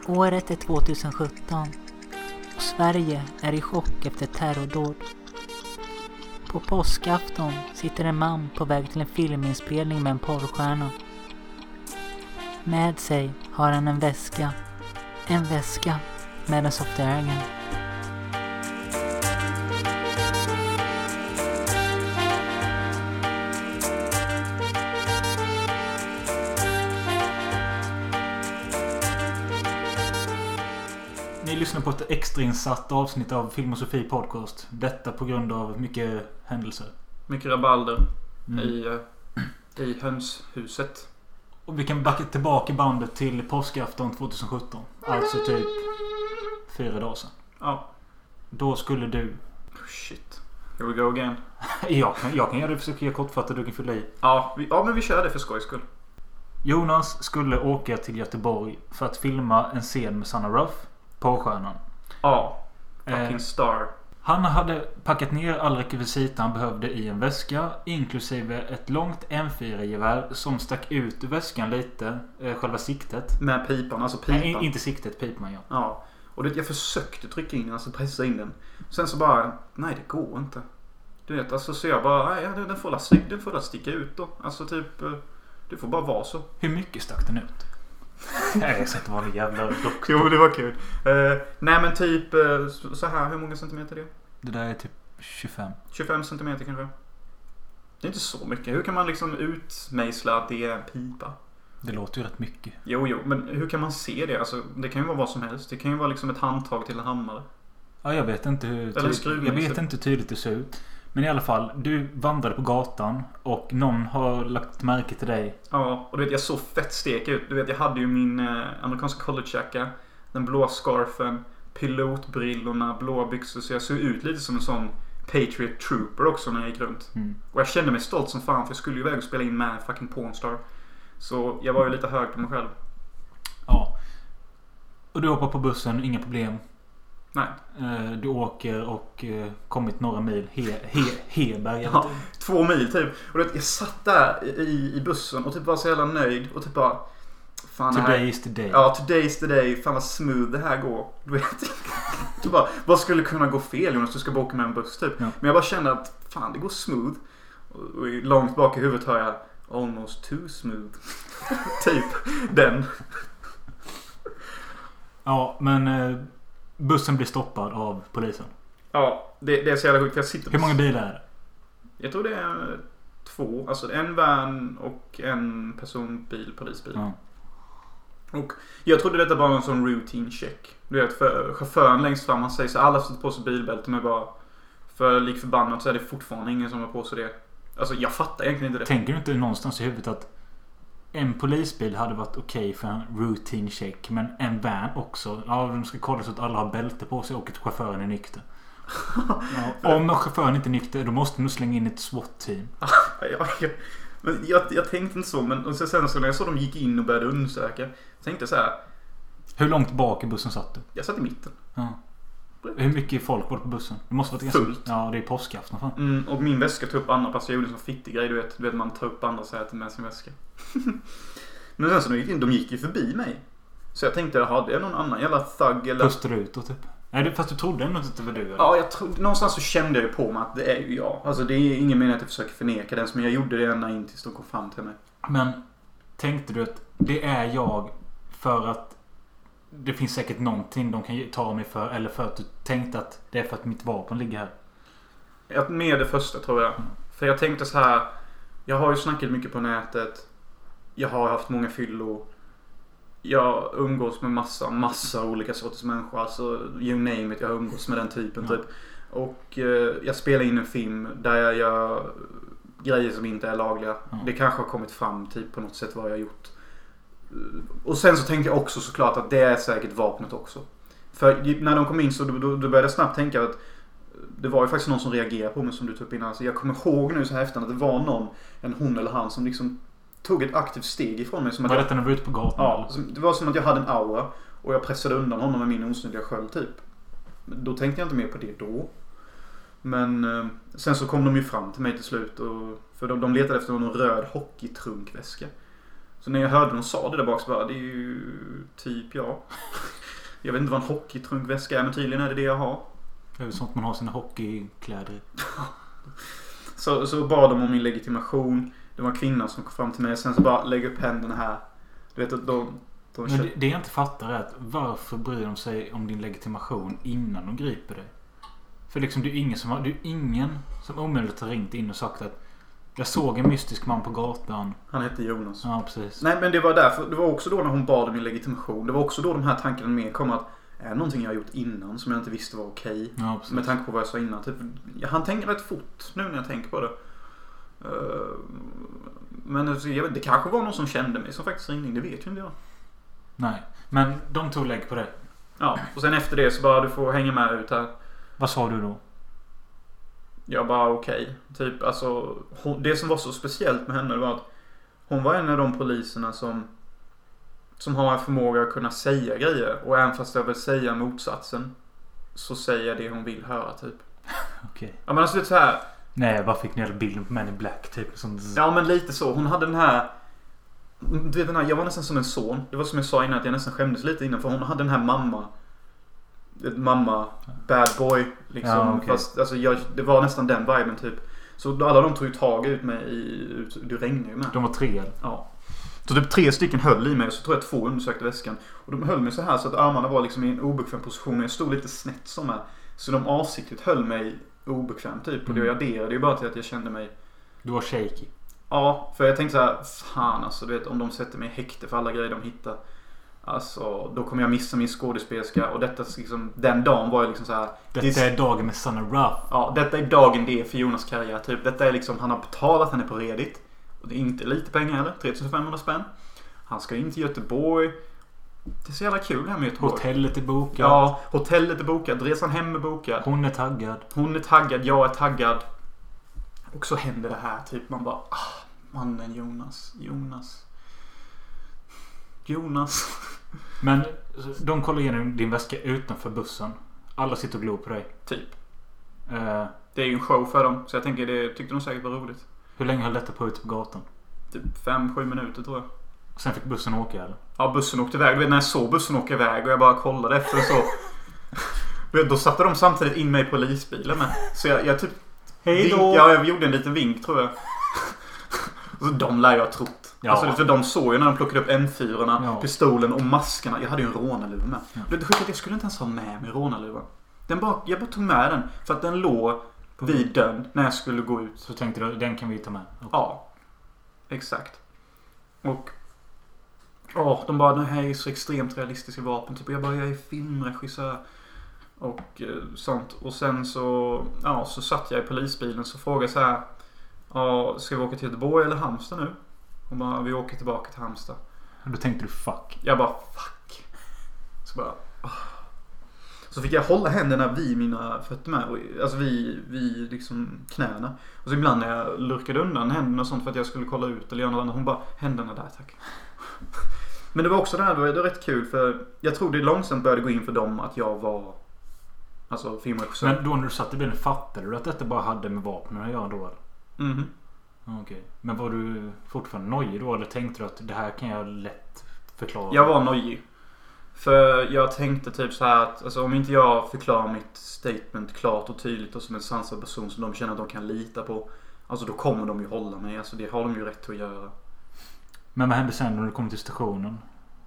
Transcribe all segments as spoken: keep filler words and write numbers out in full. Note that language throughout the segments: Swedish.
Året är tjugohundrasjutton och Sverige är i chock efter ett terrordåd. På påskafton sitter en man på väg till en filminspelning med en porrstjärna. Med sig har han en väska. En väska med en softägare. Ni lyssnar på ett extrainsatt avsnitt av Film och Sofie podcast. Detta på grund av mycket händelser. Mycket rabalder mm. i, i hönshuset. Och vi kan backa tillbaka bandet till påskafton tjugohundrasjutton. Alltså typ fyra dagar sedan. Ja. Då skulle du... Oh, shit. Here we go again. jag, kan, jag kan göra det, försöka göra kortfattat, du kan fylla i. Ja, vi, ja, men vi kör det för skojs skull. Jonas skulle åka till Göteborg för att filma en scen med Sanna Ruff, porrstjärnan. Ja, fucking eh, star. Han hade packat ner all rekvisita han behövde i en väska, inklusive ett långt M fyra-gevär som stack ut ur väskan lite, eh, själva siktet. Med pipan, alltså pipan. Nej, inte siktet, pipan, ja. Ja, och det, jag försökte trycka in, alltså pressa in den. Sen så bara, nej det går inte. Du vet, alltså så jag bara, nej den får la, den får la sticka ut då. Alltså typ, det får bara vara så. Hur mycket stack den ut? Nej, jag sätter vad det jävla dock. Jo, det var kul. Uh, nej men typ uh, så här, hur många centimeter är det? Det där är typ tjugofem. tjugofem centimeter kanske. Det är inte så mycket. Hur kan man liksom utmejsla att det är en pipa? Det låter ju rätt mycket. Jo, jo, men hur kan man se det? Alltså, det kan ju vara vad som helst. Det kan ju vara liksom ett handtag till en hammare. Ja, jag vet inte hur tydligt, jag vet inte hur tydligt det ser ut. Men i alla fall, du vandrade på gatan och någon har lagt märke till dig. Ja, och du vet, jag såg fett stek ut. Du vet, jag hade ju min eh, amerikanska collegejacka, den blå scarfen, pilotbrillorna, blåa byxor. Så jag såg ut lite som en sån Patriot Trooper också när jag gick runt. Mm. Och jag kände mig stolt som fan, för jag skulle ju iväg och spela in med fucking Pornstar. Så jag var ju lite hög på mig själv. Ja. Och du hoppar på bussen, inga problem. Nej. Du åker och kommit några mil. He, he, Heberg. Ja, två mil typ. Och jag satt där i, i bussen och typ var så jävla nöjd. Och typ bara... Fan, today här, is the day. Ja, today is the day. Fan vad smooth det här går. Du vet. Du bara, vad skulle kunna gå fel Jonas? Du ska bara åka med en buss typ. Ja. Men jag bara kände att fan, det går smooth. Och, och långt bak i huvudet hör jag almost too smooth. Typ den. Ja, men... bussen blir stoppad av polisen. Ja, det, det är så jävla sjukt. Jag sitter Hur många bilar är det? Jag tror det är två. Alltså en van och en personbil, polisbil. Ja. Och jag trodde detta var en sån routine check. Du vet, för chauffören längst fram, han säger så alla sätter på sig bilbälte, men bara för lik förbannat så är det fortfarande ingen som har på sig det. Alltså jag fattar egentligen inte det. Tänker du inte någonstans i huvudet att en polisbil hade varit okej för en routine check, men en van också. Ja, de ska kolla så att alla har bälte på sig och att chauffören är nykter. Ja, om chauffören inte är nykter, då måste du slänga in ett SWAT-team. ja, ja. Men jag, jag tänkte inte så, men och sen så när jag såg de gick in och började undersöka, jag tänkte så här. Hur långt bak i bussen satt du? Jag satt i mitten. Ja. Hur mycket folk var det på bussen? Det måste vara fullt. Ja, det är påskafton fan. Mm, och min väska tog upp andra pass. Jag gjorde en sån fittig grej, du vet, du vet man tar upp andra säten med sin väska. Men sen så de gick in, de gick ju förbi mig. Så jag tänkte, hade jag någon annan jävla thug eller... Pustade ut då typ? Nej, det, fast du trodde ändå inte att det var du eller? Ja, jag trodde, någonstans så kände jag ju på mig att det är ju jag. Alltså det är ingen mening att jag försöker förneka den, men jag gjorde det ända in tills de kom fram till mig. Men tänkte du att det är jag för att det finns säkert någonting de kan ta mig för, eller för att du tänkte att det är för att mitt vapen ligger här? Att med det första tror jag. Mm. För jag tänkte så här, jag har ju snackat mycket på nätet. Jag har haft många fyllor. Jag umgås med massa, massa olika sorters människor. Alltså, you name it, jag umgås med den typen ja. typ. Och eh, jag spelar in en film där jag gör grejer som inte är lagliga. Ja. Det kanske har kommit fram typ på något sätt vad jag har gjort. Och sen så tänkte jag också såklart att det är säkert vapnet också. För när de kom in så då, då, då började jag snabbt tänka att det var ju faktiskt någon som reagerade på mig som du tog upp innan. Så jag kommer ihåg nu så här efterhand att det var någon, en hon eller han som liksom tog ett aktivt steg ifrån mig. Som att var jag, detta när du var ute på gatan? Ja, det var som att jag hade en aura och jag pressade undan honom med min osynliga sköld typ. Då tänkte jag inte mer på det då. Men eh, sen så kom de ju fram till mig till slut. Och, för de, de letade efter någon röd hockeytrunkväska. Så när jag hörde de sa det där bak så bara, det är ju typ jag. Jag vet inte vad en hockeytrunkväska är, men tydligen är det det jag har. Det är väl sånt man har sina hockeykläder i. så, så bad de om min legitimation. Det var en kvinna som kom fram till mig. Sen så bara lägg upp händerna här. Du vet att de... de men det, det jag inte fattar är att varför bryr de sig om din legitimation innan de griper dig? För liksom det är ingen som har, det är ingen som omedelbart har ringt in och sagt att jag såg en mystisk man på gatan. Han hette Jonas. Ja, precis. Nej, men det var därför. Det var också då när hon bad om min legitimation. Det var också då de här tankarna med kom att är det någonting jag har gjort innan som jag inte visste var okej. Ja, med tanke på vad jag sa innan. Typ, han tänker rätt fort nu när jag tänker på det. Uh, men jag vet, det kanske var någon som kände mig som faktiskt ringde in. Det vet ju inte jag. Nej, men de tog lägg på det. Ja, och sen efter det så bara du får hänga med ut här. Vad sa du då? Jag bara okej. Okay. Typ alltså hon, det som var så speciellt med henne var att hon var en av de poliserna som som har en förmåga att kunna säga grejer. Och även fast jag vill säga motsatsen så säger jag det hon vill höra typ. Okej. Okay. Ja men alltså det är så här. Nej, jag bara fick ner bilden på Man in Black typ. Sånt. Ja men lite så. Hon hade den här, du vet den här, jag var nästan som en son. Det var som jag sa innan att jag nästan skämdes lite innan. För hon hade den här mamma mamma, bad boy liksom. Ja, okay. Fast alltså jag, det var nästan den viben typ. Så alla de tog ju tag ut mig i, ut, det regnade ju med. De var tre? Ja. Så typ tre stycken höll i mig och så tror jag att två undersökte väskan. Och de höll mig så här så att armarna var liksom i en obekväm position och jag stod lite snett som här. Så de avsiktligt höll mig obekväm typ. Och det jag adderade ju bara till att jag kände mig... Du var shaky? Ja, för jag tänkte så här, fan alltså du vet om de sätter mig i häkte för alla grejer de hittar. Alltså, då kommer jag missa min skådespelerska. Och detta liksom, den dagen var jag liksom så här. Detta är dagen med Sanna Ruff. Ja, detta är dagen det är för Jonas karriär typ. Detta är liksom, han har betalat henne på Reddit. Och det är inte lite pengar heller, tre tusen femhundra spänn. Han ska in till Göteborg. Det är så jävla kul här med Göteborg. Hotellet är bokat. Ja, hotellet är bokat, resan hem är bokad. Hon är taggad. Hon är taggad, jag är taggad. Och så händer det här typ, man bara, ah, mannen Jonas, Jonas. Jonas. Men de kollar igenom din väska utanför bussen. Alla sitter och glor på dig. Typ. Uh, det är ju en show för dem. Så jag tänker det tyckte de säkert var roligt. Hur länge höll detta på ute på gatan? Typ fem, sju minuter tror jag. Sen fick bussen åka eller? Ja, bussen åkte iväg. Du vet när jag såg bussen åka iväg och jag bara kollade efter och så. Då satte de samtidigt in mig i polisbilen med. Så jag, jag typ... Hej då! Ja, jag gjorde en liten vink tror jag. Så de lär jag ha trott. Ja. Alltså för de såg ju när de plockade upp M fyra, ja. Pistolen och maskerna. Jag hade ju en rånarluva med. Ja. Det sjuka jag skulle inte ens ha med mig rånarluvan. Den bara, jag bara tog med den för att den låg vid dörren när jag skulle gå ut. Så tänkte du, den kan vi ta med? Okay. Ja, exakt. Och åh, de bara, det här är så extremt realistiska vapen. Typ. Jag bara, jag är filmregissör. Och eh, sånt. Och sen så, ja, så satt jag i polisbilen så frågade så här. Ja, ska vi åka till Göteborg eller Halmstad nu? Och bara, vi åker tillbaka till Halmstad. Och då tänkte du fuck. Jag bara fuck. Så bara oh. Så fick jag hålla händerna vid mina fötter med. Alltså vid, vid liksom knäna. Och så ibland när jag lurkade undan händerna och sånt för att jag skulle kolla ut eller göra något annat. Hon bara, händerna där tack. Men det var också det här, det var, det var rätt kul för jag tror det långsamt började gå in för dem att jag var alltså filmregissör. Men då när du satt i bilen fattade du att detta bara hade med vapnen att göra då eller? Mhm. Okej. Okay. Men var du fortfarande nojig då eller tänkte du att det här kan jag lätt förklara? Jag var nojig. För jag tänkte typ så här att alltså, om inte jag förklarar mitt statement klart och tydligt och som en sansad person som de känner att de kan lita på. Alltså då kommer de ju hålla mig. Alltså det har de ju rätt att göra. Men vad hände sen när du kom till stationen?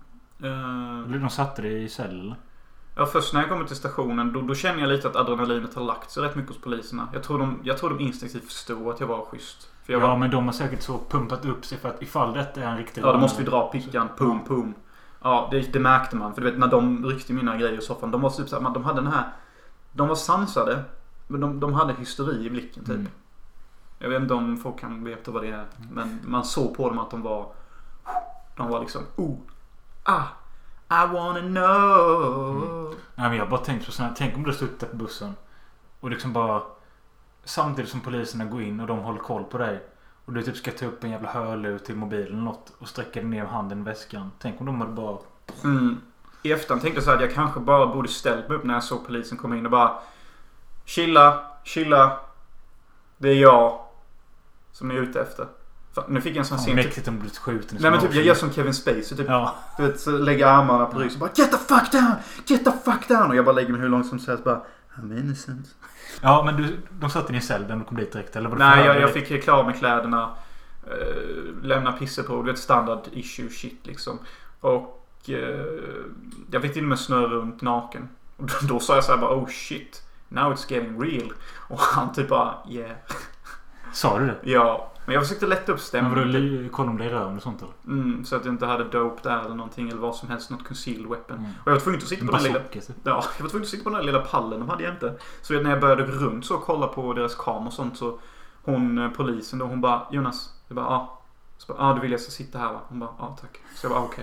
Uh, Eller de satte dig i cell? Ja, först när jag kommer till stationen då, då känner jag lite att adrenalinet har lagt sig rätt mycket hos poliserna. Jag tror de, jag tror de instinktivt förstod att jag var schysst. För jag ja, var... men de har säkert så pumpat upp sig för att ifall detta är en riktig... Ja, då måste vi dra pickan. Pum, pum. Ja, det, det märkte man. För du vet, när de ryckte mina grejer i soffan. De var typ så här, de hade den här... De var sansade. Men de, de hade hysteri i blicken typ. Mm. Jag vet inte om folk kan veta vad det är. Men man såg på dem att de var... De var liksom... Oh, ah, I wanna know. Mm. Nej, men jag bara tänkte på sån här... Tänk om du suttit på bussen. Och liksom bara... Samtidigt som poliserna går in och de håller koll på dig. Och du typ ska ta upp en jävla hörlur till mobilen eller något. Och sträcka ner handen i väskan. Tänk om de hade bara... Mm. I efterhand tänkte jag så här att jag kanske bara borde ställt mig upp när jag såg polisen komma in och bara... Chilla, chilla. Det är jag som är ute efter. Fan, nu fick jag en sån Fan, scen. mäktigt om blivit skjuten. Nej men typ jag gör som Kevin Spacey typ. Ja. Du vet, så lägger armarna på ryggen och bara get the fuck down! Get the fuck down! Och jag bara lägger mig hur långt som helst bara I'm innocent. Ja men du, de satt in i cell, den kom dit direkt eller var det? Nej jag, jag fick klar med kläderna. Uh, lämna pisser på, du vet standard issue shit liksom. Och uh, jag fick till och med snurra runt naken. Och då, då sa jag så här bara oh shit. Now it's getting real. Och han typ bara yeah. Sa du det? Ja. Men jag försökte lätta upp stämningen. Men var du kolla om det är rör och sånt eller? Mm, så att jag inte hade dope där eller någonting. Eller vad som helst. Något concealed weapon. Mm. Och jag var tvungen att sitta på den lilla... Socker, så. Ja, jag var tvungen att sitta på den lilla pallen. De hade jag inte. Så när jag började runt så och kolla på deras kam och sånt så... Hon, polisen då, hon bara Jonas. Jag bara, ja. Ja, ah, du vill jag ska sitta här va? Hon bara, ja ah, tack. Så jag bara, okej. Okay.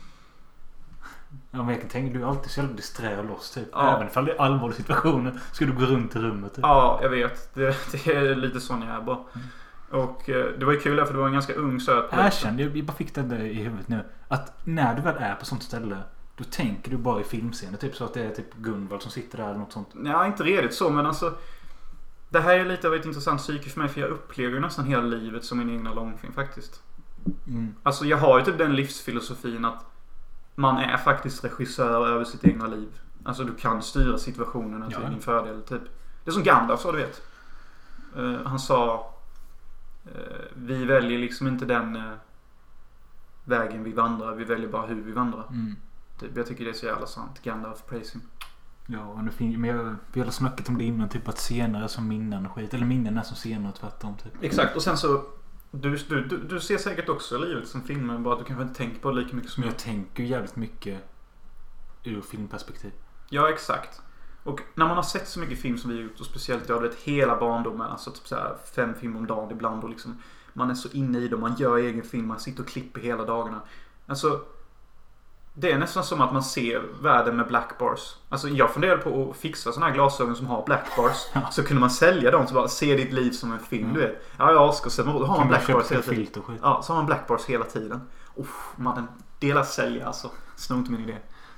Ja, men jag kan tänka, du är alltid så jävla disträrad loss typ. Ja. Även ifall det är allvarliga situationer ska du gå runt i rummet typ. Ja, jag vet. Det, det är lite sån jag är bara. Mm. Och eh, det var ju kul för det var en ganska ung söt. Erkänn, jag bara fick det där i huvudet nu. Att när du väl är på sånt ställe, då tänker du bara i filmscener. Typ så att det är typ Gunvald som sitter där eller något sånt. Ja, inte redigt så, men alltså... Det här är lite av ett intressant psyke för mig. För jag upplever ju nästan hela livet som min egna långfilm faktiskt. Mm. Alltså jag har ju typ den livsfilosofin att man är faktiskt regissör över sitt egna liv. Alltså du kan styra situationerna till ja. din fördel typ. Det är som Gandalf sa, du vet. Uh, han sa uh, vi väljer liksom inte den uh, vägen vi vandrar. Vi väljer bara hur vi vandrar. Mm. Typ, jag tycker det är så jävla sant. Gandalf praising. Ja, och nu fin- men jag, vi har snackat om det innan. Typ att senare som minnen och skit. Eller minnen är som senare och tvärtom typ. Exakt, och sen så Du, du, du, du ser säkert också livet som filmer, bara att du kanske inte tänker på det lika mycket som Men jag. jag tänker ju jävligt mycket ur filmperspektiv. Ja, exakt. Och när man har sett så mycket film som vi har gjort, och speciellt jag vet hela barndomen, alltså typ så här fem film om dagen ibland, och liksom man är så inne i det, man gör egen film, man sitter och klipper hela dagarna. Alltså det är nästan som att man ser världen med black bars. Alltså jag funderade på att fixa såna här glasögon som har black bars. Ja. Så kunde man sälja dem, så bara se ditt liv som en film, mm. du vet. Ja, ja, ska se, då har man black bars hela tiden. Ja, så har man black bars hela tiden. Oh, mannen, dela sälja alltså. Snor inte min idé.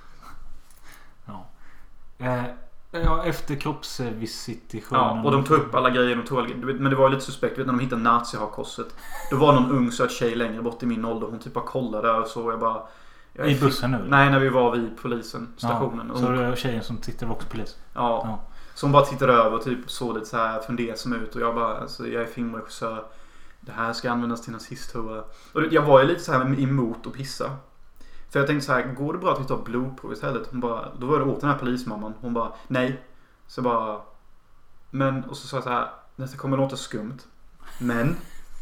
Ja. Eh, ja, efter kroppsvisitationen. Ja, och de tog upp alla grejer, de tog alla, men det var ju lite suspekt, vet, när de hittade nazi-hakkorset. Då var någon ung söt tjej längre bort i min ålder. Hon typ bara kollade och så jag bara... Jag I bussen nu? Nej, när vi var vid polisen, stationen. Ja, så det var tjejen som tittade också polis? Ja. Ja. Så hon bara tittade över och typ såg lite så här fundersam ut. Och jag bara, alltså jag är filmregissör. Det här ska användas till nazisthurra. Och jag var ju lite så här emot att pissa. För jag tänkte så här, går det bra att vi tar blodprov istället? Hon bara, då var det åt den här polismamman. Hon bara, nej. Så bara, men, och så sa jag så här, det kommer låta skumt. Men,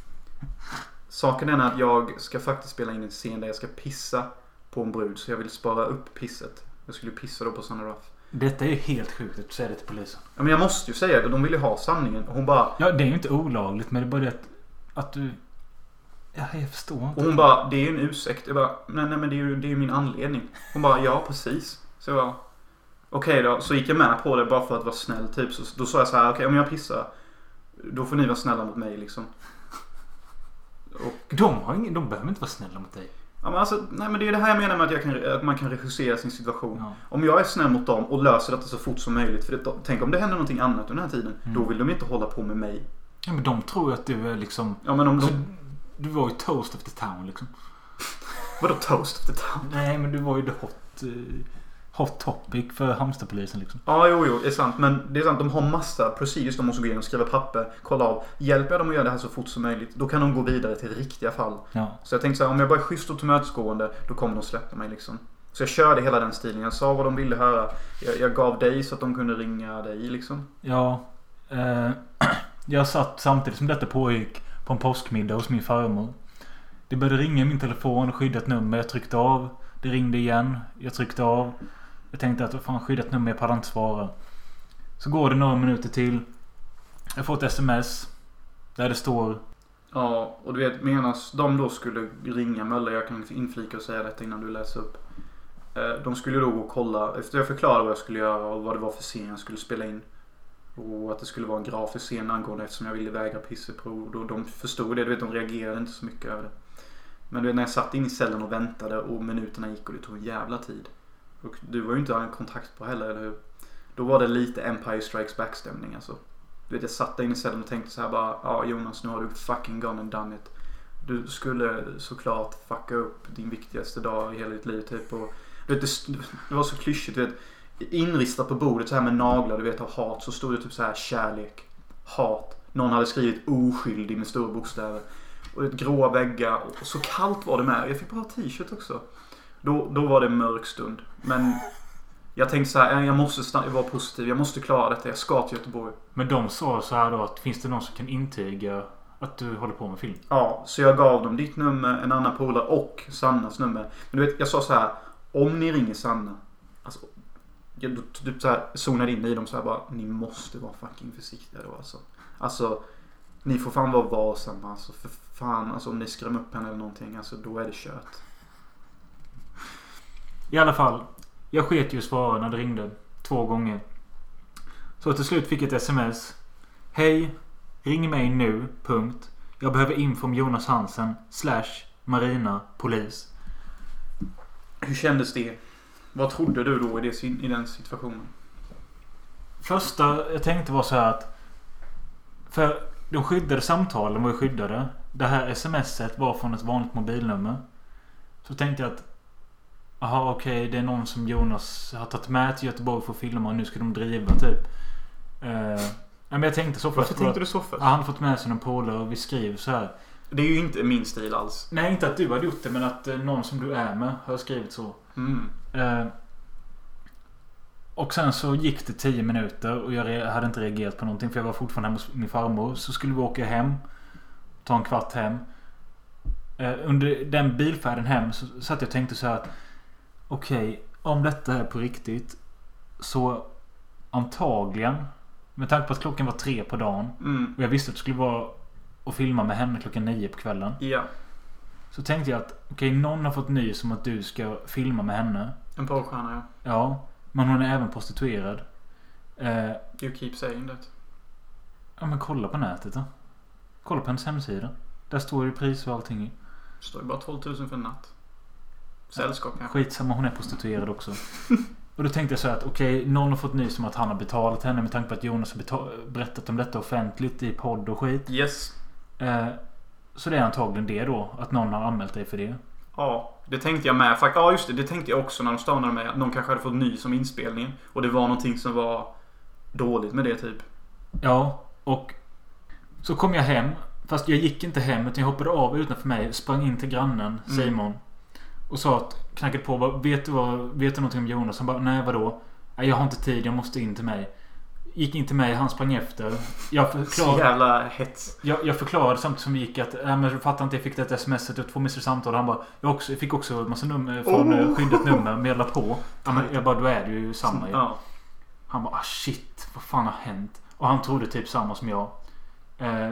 saken är att jag ska faktiskt spela in en scen där jag ska pissa på en brud, så jag vill spara upp pisset. Jag skulle pissa då på Sunny Ruff. Detta är ju helt sjukt att du säger det till polisen. Ja, men jag måste ju säga det. De vill ju ha sanningen. Och hon bara... Ja, det är ju inte olagligt, men det är bara det att, att du... Ja, jag förstår inte. Och hon bara, det är ju en ursäkt. Jag bara, nej, nej men det är ju, det är ju min anledning. Hon bara, ja precis. Så jag bara, okej okay då. Så gick jag med på det bara för att vara snäll typ. Så då sa jag så här, okej okay, om jag pissar, då får ni vara snälla mot mig liksom. Och... De, har ingen, de behöver inte vara snälla mot dig. Ja, men alltså, nej men det är det här jag menar med att, jag kan, att man kan regissera sin situation. Ja. Om jag är snäll mot dem och löser detta så fort som möjligt. För det, tänk om det händer någonting annat under den här tiden. Mm. Då vill de inte hålla på med mig. Ja, men de tror ju att du är liksom... Ja, men om alltså, de... Du var ju toast of the town liksom. Vadå toast of the town? Nej, men du var ju the hot, uh, hot topic för hamsterpolisen liksom. Ja, jo, jo, det är sant. Men det är sant, de har massa procedures de måste gå igenom, skriva papper, kolla av. Hjälper jag dem att göra det här så fort som möjligt, då kan de gå vidare till riktiga fall. Ja. Så jag tänkte så här, om jag bara är schysst och tillmötesgående, då kommer de släppa mig liksom. Så jag körde hela den stilen. Jag sa vad de ville höra. Jag, jag gav dig så att de kunde ringa dig liksom. Ja. Eh, jag satt samtidigt som detta pågick på en påskmiddag hos min farmor. Det började ringa i min telefon, skyddat nummer. Jag tryckte av. Det ringde igen. Jag tryckte av. Jag tänkte att fan, skyddat nummer, jag pallar inte svara. Så går det några minuter till. Jag får ett sms där det står... Ja, och du vet, menas de då skulle ringa Möller, jag kan inflika och säga detta innan du läser upp. De skulle då gå och kolla, efter jag förklarade vad jag skulle göra och vad det var för scen jag skulle spela in. Och att det skulle vara en grafisk scen angående, eftersom jag ville vägra pisseprov. Då de förstod det, du vet, de reagerade inte så mycket över det. Men du vet, när jag satt in i cellen och väntade och minuterna gick och det tog en jävla tid. Och du var ju inte en kontakt på heller, eller hur? Då var det lite Empire Strikes Back-stämning alltså. Du vet, jag satt där inne i cellen och tänkte så här bara, ja Jonas, nu har du fucking gone and done it. Du skulle såklart fucka upp din viktigaste dag i hela ditt liv typ. Och, du vet, det, det var så klyschigt. Du vet, inristat på bordet så här med naglar, du vet, av hat. Så stod det typ så här kärlek, hat. Någon hade skrivit oskyldig med stora bokstäver. Och ett gråa väggar. Och så kallt var det med. Jag fick bara t-shirt också. Då, då var det en mörk stund. Men jag tänkte så här, jag måste stanna, vara positiv. Jag måste klara detta. Jag ska till Göteborg. Men de sa så här då att finns det någon som kan intyga att du håller på med film? Ja, så jag gav dem ditt nummer, en annan polare och Sannas nummer. Men du vet, jag sa så här, om ni ringer Sanna, alltså, jag typ så här zonade in i dem så här bara, ni måste vara fucking försiktiga då alltså. Alltså, ni får fan vara varsamma alltså, för fan, alltså om ni skrämmer upp henne eller någonting, alltså då är det kört. I alla fall, jag sket ju svara när det ringde två gånger. Så till slut fick jag ett sms. Hej, ring mig nu, punkt. Jag behöver info om Jonas Hansen slash Marina polis. Hur kändes det? Vad trodde du då i, det, i den situationen? Första jag tänkte var så här att för de skyddade samtalen var ju skyddade. Det här smset var från ett vanligt mobilnummer. Så tänkte jag att aha, okej, okay, det är någon som Jonas har tagit med till Göteborg för att filma och nu ska de driva typ. Uh, men jag tänkte så först. Varför tänkte du så först? Han har fått med sig en polare och vi skriver så här. Det är ju inte min stil alls. Nej, inte att du har gjort det, men att uh, någon som du är med har skrivit så. Mm. Uh, och sen så gick det tio minuter och jag hade inte reagerat på någonting för jag var fortfarande hemma hos min farmor. Så skulle vi åka hem, ta en kvart hem. Uh, under den bilfärden hem så satt jag och tänkte så här att okej, okay, om detta är på riktigt så antagligen, med tanke på att klockan var tre på dagen mm. och jag visste att det skulle vara och filma med henne klockan nio på kvällen. Ja. Så tänkte jag att okej, okay, någon har fått nys om att du ska filma med henne. En porrstjärna, ja. Ja, men hon är även prostituerad. Eh, you keep saying that. Ja, men kolla på nätet då. Kolla på hennes hemsida. Där står det pris och allting i. Det står ju bara tolv tusen för en natt. Sällskap ja, kanske. skitsamma, hon är prostituerad också. Och då tänkte jag så här att okej, okay, någon har fått nys om att han har betalat henne med tanke på att Jonas har betal- berättat om detta offentligt i podd och skit. Yes. Eh, så det är antagligen det då, att någon har anmält dig för det. Ja, det tänkte jag med. Ja, just det, det tänkte jag också när de stannade med att någon kanske hade fått nys om inspelningen. Och det var någonting som var dåligt med det typ. Ja, och så kom jag hem. Fast jag gick inte hem utan jag hoppade av utanför mig, sprang in till grannen, Simon. Mm. Och sa att, knackade på, vet du, vad, vet du någonting om Jonas? Han bara, nej vadå? Nej, jag har inte tid, jag måste in till mig. Gick in till mig, han sprang efter. Jag förklarade, så jävla hets. Jag, jag förklarade samtidigt som vi gick att, äh, men jag fattar inte, jag fick det ett sms och två missade samtal. Han bara, jag, också, jag fick också en massa nummer från oh. skyddat nummer, men jag la på. Han, jag bara, då är det ju samma. Ja. Han bara, ah shit, vad fan har hänt? Och han trodde typ samma som jag. Eh,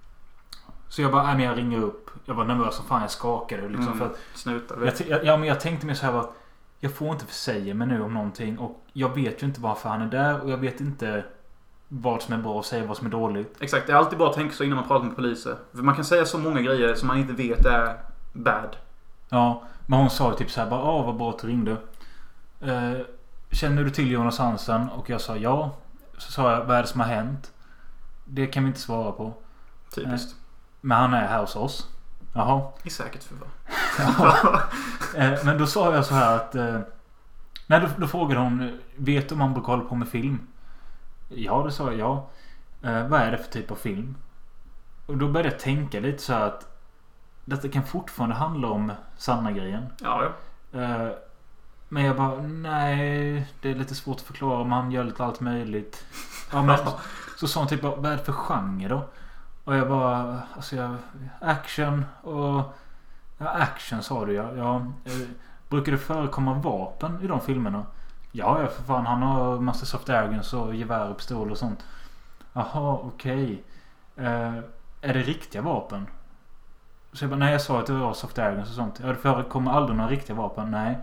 Så jag bara, nej men jag ringer upp. Jag var nervös som fan, jag skakade liksom, mm, för att snutar, jag, jag, ja, men jag tänkte mig så här att jag får inte försäga mig nu om någonting. Och jag vet ju inte varför han är där. Och jag vet inte vad som är bra att säga, vad som är dåligt. Exakt, det är alltid bra att tänka så innan man pratar med poliser. För man kan säga så många grejer som man inte vet är bad. Ja, men hon sa typ så här, bara, ah vad bra att du ringde. Eh, känner du till Jonas Hansen? Och jag sa ja. Så sa jag, vad är det som har hänt? Det kan vi inte svara på. Typiskt. Eh, Men han är här hos oss. Jaha. Det är säkert för vad. Ja. eh, men då sa jag så här att eh, nej, då, då frågade hon, vet du om han brukar hålla på med film? Ja, det sa jag, ja. Eh, vad är det för typ av film? Och då började jag tänka lite så här att detta kan fortfarande handla om sanna grejen. Ja, ja. Eh, men jag bara, nej, det är lite svårt att förklara om han gör lite allt möjligt. Ja, men så sa hon typ, vad är det för genre då? Och jag bara, alltså jag, action och ja, action sa du ja. ja eh, brukar det förekomma vapen i de filmerna? Ja, ja för fan, han har massa soft airguns och gevär och pistol och sånt. Jaha, okej. Okay. Eh, är det riktiga vapen? Så jag bara, nej jag sa att det var soft airguns och sånt. Ja, det förekommer aldrig några riktiga vapen, nej.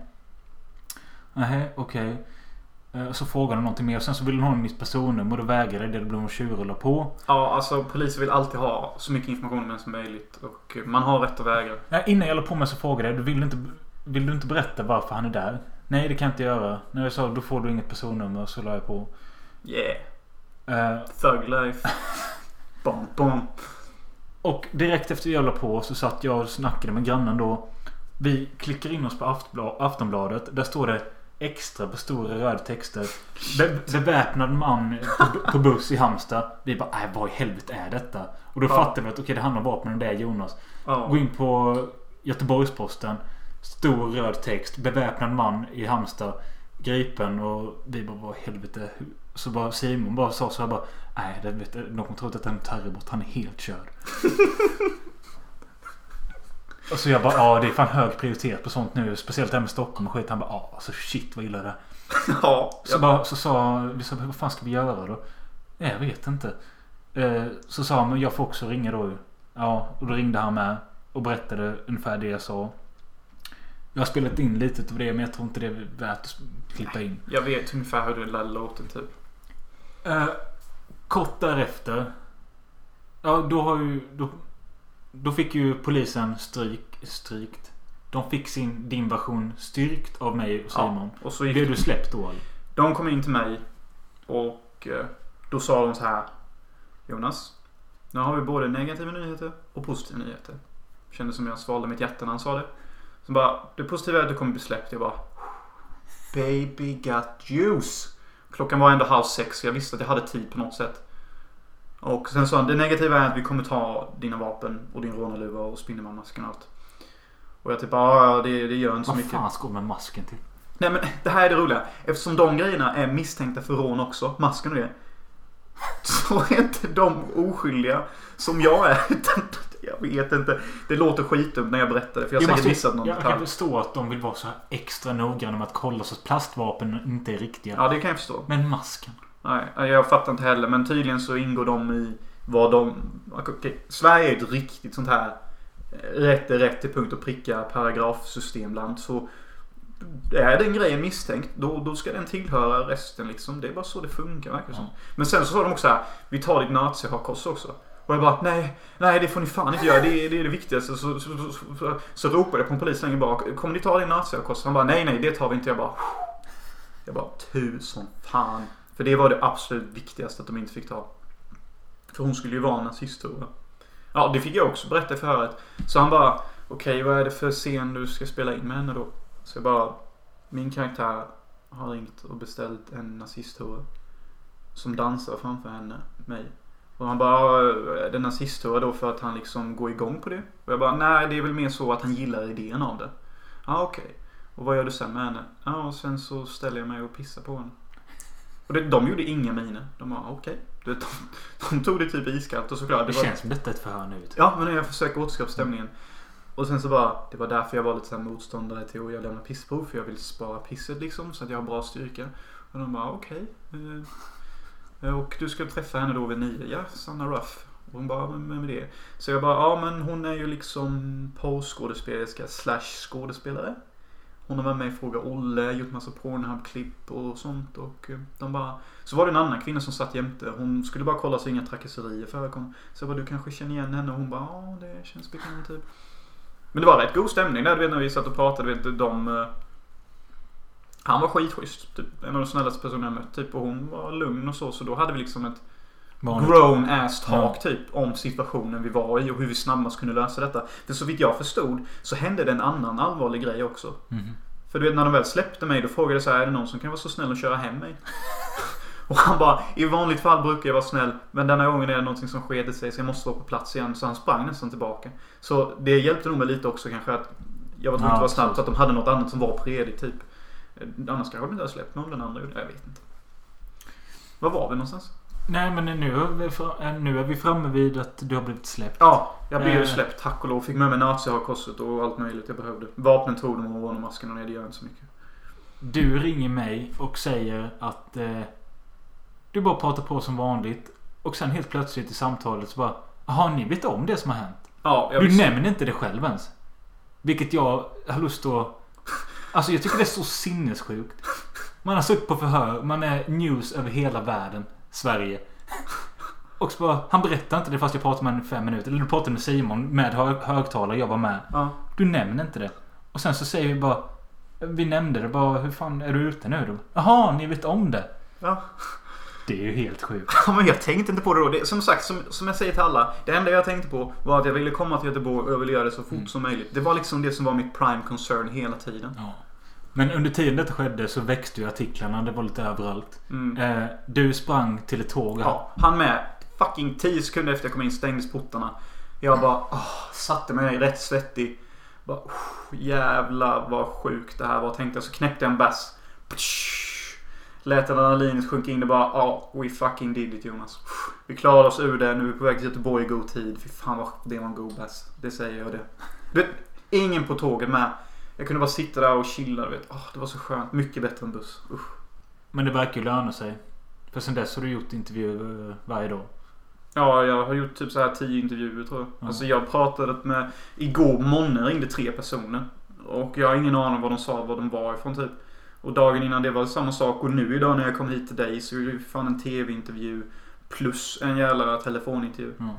Nej, okej. Okay. Så frågade hon någonting mer och sen så ville hon ha mitt personnummer och då vägrade det, det blev hon tjurrulla på. Ja, alltså polisen vill alltid ha så mycket information som möjligt och man har rätt att vägra. Ja, innan jag la på mig så frågade jag, du vill, inte, vill du inte berätta varför han är där? Nej, det kan jag inte göra. När jag sa, då får du inget personnummer så la jag på. Yeah. Uh, Thug life. Bom, bom. Och direkt efter jag la på så satt jag och snackade med grannen då. Vi klickar in oss på Aftbla- Aftonbladet. Där står det extra på stora röda texter. Be- beväpnad man på, på buss i Halmstad. Vi bara, nej vad i helvete är detta? Och då Ja. fattar vi att okej, okay, det handlar om vapen och det är Jonas. Ja. Gå in på Göteborgsposten. Stor röd text. Beväpnad man i Halmstad. Gripen. Och vi bara, vad i helvete? Så bara Simon bara sa så här bara, nej det vet jag, någon tror att det är en terrorbrott. Han är helt körd. Och så jag bara, ja det är fan hög prioritet på sånt nu. Speciellt där med Stockholm och skit. Han bara, ja alltså shit vad illa det. Ja. Så, bara, så sa vi, så, vad fan ska vi göra då? Jag vet inte. eh, Så sa han, men jag får också ringa då. Ja, och då ringde han med och berättade ungefär det jag sa. Jag har spelat in lite av det, men jag tror inte det är värt att klippa in. Jag vet ungefär hur det låter typ. eh, Kort därefter. Ja, då har ju då, då fick ju polisen stryk, strykt. De fick sin din version styrkt av mig och Simon. Ja, och så gick Blev du släppt då eller? De kom in till mig och eh, då sa de så här: Jonas, nu har vi både negativa nyheter och positiva nyheter. Kändes som jag svalde mitt hjärta när han sa det. Så bara, det positiva är att du kommer bli släppt. Jag bara, baby got juice. Klockan var ändå halv sex. Jag visste att jag hade tid på något sätt. Och sen sa han, det negativa är att vi kommer ta dina vapen och din rånarluva och Spindelmannen-masken och allt. Och jag typ, ja det, det gör inte så Vad mycket. Vad fan ska med masken till? Nej men det här är det roliga. Eftersom de grejerna är misstänkta för rån också, masken och det, så är inte de oskyldiga som jag är. Jag vet inte. Det låter skitdumt när jag berättar det. För jag har säkert missat någon Jag detalj. kan förstå att de vill vara så här extra noggranna med att kolla så att plastvapen inte är riktiga. Ja, det kan jag förstå. Men masken. Nej, jag fattar inte heller. Men tydligen så ingår de i vad de... Okej, Sverige är ett riktigt sånt här rätt är rätt till punkt och pricka paragrafsystemland. Så är den grejen misstänkt, då, då ska den tillhöra resten liksom. Det är bara så det funkar, verkar som. Ja. Men sen så sa de också här, vi tar ditt nazi-hakkors också. Och jag bara, nej, nej det får ni fan inte göra. Det är det, är det viktigaste. Så, så, så, så, så ropade jag på en polis längre bak. Kommer ni ta din nazi-hakkors? Han bara, nej, nej, det tar vi inte. Jag bara, jag bara, tusen fan. För det var det absolut viktigaste att de inte fick ta. För hon skulle ju vara nazist då. Ja, det fick jag också berätta i förhöret. Så han bara, okej, okay, vad är det för scen du ska spela in med henne då? Så jag bara, min karaktär har ringt och beställt en nazisthora som dansar framför henne, mig. Och han bara, är det nazisthora då för att han liksom går igång på det? Och jag bara, nej det är väl mer så att han gillar idén av det. Ja, okej. Okay. Och vad gör du sen med henne? Ja, och sen så ställer jag mig och pissar på henne. Och det, de gjorde inga miner. De bara, okej. Okay. De, de tog det typ iskallt och såklart. Det, det var, känns som detta ett förhör nu. Ja, men jag försöker återskapa stämningen. Och sen så bara, det var därför jag var lite så här motståndare till att jag lämnar pissprov. För jag vill spara pisset liksom, så att jag har bra styrka. Och de bara, okej. Okay. Och du ska träffa henne då vid nio. Ja, Sanna Ruff. Och hon bara, men med det. Så jag bara, ja men hon är ju liksom postskådespelerska slash skådespelare. Hon har varit med i Fråga Olle, gjort massa Pornhub-klipp och sånt. Och de bara... Så var det en annan kvinna som satt jämte. Hon skulle bara kolla så inga trakasserier förekom. Så jag bara, du kanske känner igen henne. Och hon bara, ja det känns bekant typ. Men det var rätt god stämning där, du vet, när vi satt och pratade. Vet, de, han var skitschysst. Typ, en av de snällaste personerna jag mött. Typ, och hon var lugn och så. Så då hade vi liksom ett grown ass talk ja. Typ om situationen vi var i och hur vi snabbast kunde lösa detta. För så vitt jag förstod så hände det en annan allvarlig grej också. Mm. För du vet, när de väl släppte mig, då frågade jag så här, är det någon som kan vara så snäll och köra hem mig? Och han bara, i vanligt fall brukar jag vara snäll, men denna gången är det någonting som skedde sig så jag måste vara på plats igen. Så han sprang nästan tillbaka. Så det hjälpte nog mig lite också kanske att jag var tvungen att vara snabb så att de hade något annat som var predigt typ. Annars kanske de inte hade släppt någon den andra. Jag vet inte. Var var vi någonstans? Nej, men nu är, vi fra, nu är vi framme vid att du har blivit släppt. Ja, jag blev ju släppt. Tack och lov. Fick med mig nazi-hakorset och allt möjligt jag behövde. Vapnen tog de och rånarmasken och det gör inte så mycket. Du ringer mig och säger att eh, du bara pratar på som vanligt. Och sen helt plötsligt i samtalet så bara, har ni vet om det som har hänt? Ja, jag du visst. nämner inte det själv ens. Vilket jag har lust att... Alltså jag tycker det är så sinnessjukt. Man har suttit på förhör. Man är news över hela världen. Sverige. Och så bara, han berättar inte det fast jag pratade med honom i fem minuter. Eller du pratade med Simon med hög, högtalare. Jag var med. Ja. Du nämner inte det. Och sen så säger vi bara, vi nämnde det bara, hur fan är du ute nu då? Jaha, ni vet om det. Ja. Det är ju helt sjukt. Ja, men jag tänkte inte på det då. Det, som sagt, som, som jag säger till alla. Det enda jag tänkte på var att jag ville komma till Göteborg och jag ville göra det så fort mm. som möjligt. Det var liksom det som var mitt prime concern hela tiden. Ja. Men under tiden detta skedde så växte ju artiklarna. Det var lite överallt. Mm. Eh, du sprang till ett tåg. Ja, han med. Fucking tio sekunder efter jag kom in stängdes portarna. Jag bara åh, satte mig rätt svettig. Bara, oh, jävlar vad sjukt det här var. Tänkte jag så knäppte jag en bass. Lät adrenalinet sjunka in. Det bara ja, oh, we fucking did it, Jonas. Vi klarade oss ur det. Nu är vi på väg till Göteborg i god tid. Fy fan vad det var en god bass. Det säger jag det. Du vet, ingen på tåget med. Jag kunde bara sitta där och chilla. Vet. Oh, det var så skönt. Mycket bättre än buss. Usch. Men det verkar ju löna sig. För sen dess har du gjort intervjuer varje dag. Ja, jag har gjort typ så här tio intervjuer tror jag. Mm. Alltså jag pratade med... Igår morgon ringde tre personer. Och jag har ingen aning vad de sa, vad de var ifrån typ. Och dagen innan det var samma sak. Och nu idag när jag kom hit till dig så är det fan en tv-intervju. Plus en jävla telefonintervju. Mm.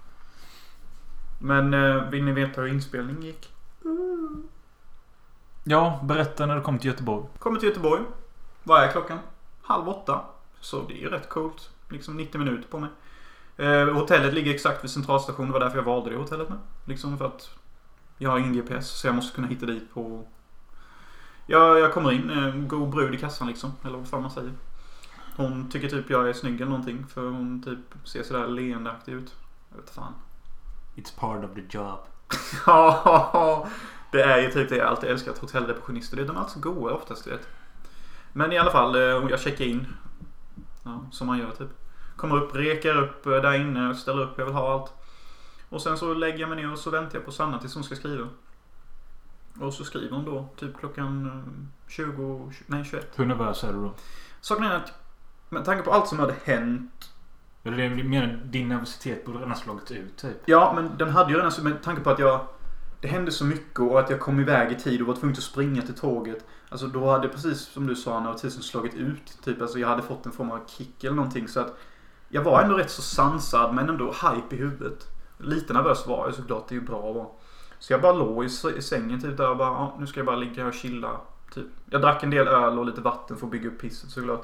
Men eh, vill ni veta hur inspelningen gick? Mm. Ja, berätta när du kom till Göteborg. Kommer till Göteborg. Vad är klockan? Halv åtta. Så det är ju rätt coolt. Liksom nittio minuter på mig. Eh, hotellet ligger exakt vid centralstationen. Det var därför jag valde det hotellet med. Liksom för att jag har ingen G P S. Så jag måste kunna hitta dit på... Ja, jag kommer in. En god brud i kassan liksom. Eller vad fan man säger. Hon tycker typ jag är snygg eller någonting. För hon typ ser sådär leendeaktig ut. Jag vet fan. It's part of the job. Ja, det är ju typ det jag alltid älskat. Hotellreceptionister. De är alltså goda oftast, vet. Men i alla fall, jag checkar in. Ja, som man gör typ. Kommer upp, rekar upp där inne, ställer upp, jag vill ha allt. Och sen så lägger jag mig ner och så väntar jag på Sanna tills hon ska skriva. Och så skriver hon då, typ klockan tjugo, nej tjugoett. Hur nervös är du då? Saken är att, med tanke på allt som hade hänt. Eller det är mer din nervositet borde redan slagit ut typ. Ja, men den hade ju redan, med tanke på att jag, det hände så mycket och att jag kom iväg i tid och var tvungen att springa till tåget. Alltså då hade precis som du sa när tiden slagit ut typ, alltså jag hade fått en form av kick eller någonting så att jag var ändå rätt så sansad men ändå hype i huvudet. Lite nervös var jag såklart, det är ju bra att vara. Så jag bara låg i, i sängen typ där och bara, ja, nu ska jag bara ligga och chilla typ. Jag drack en del öl och lite vatten för att bygga upp pisset såklart.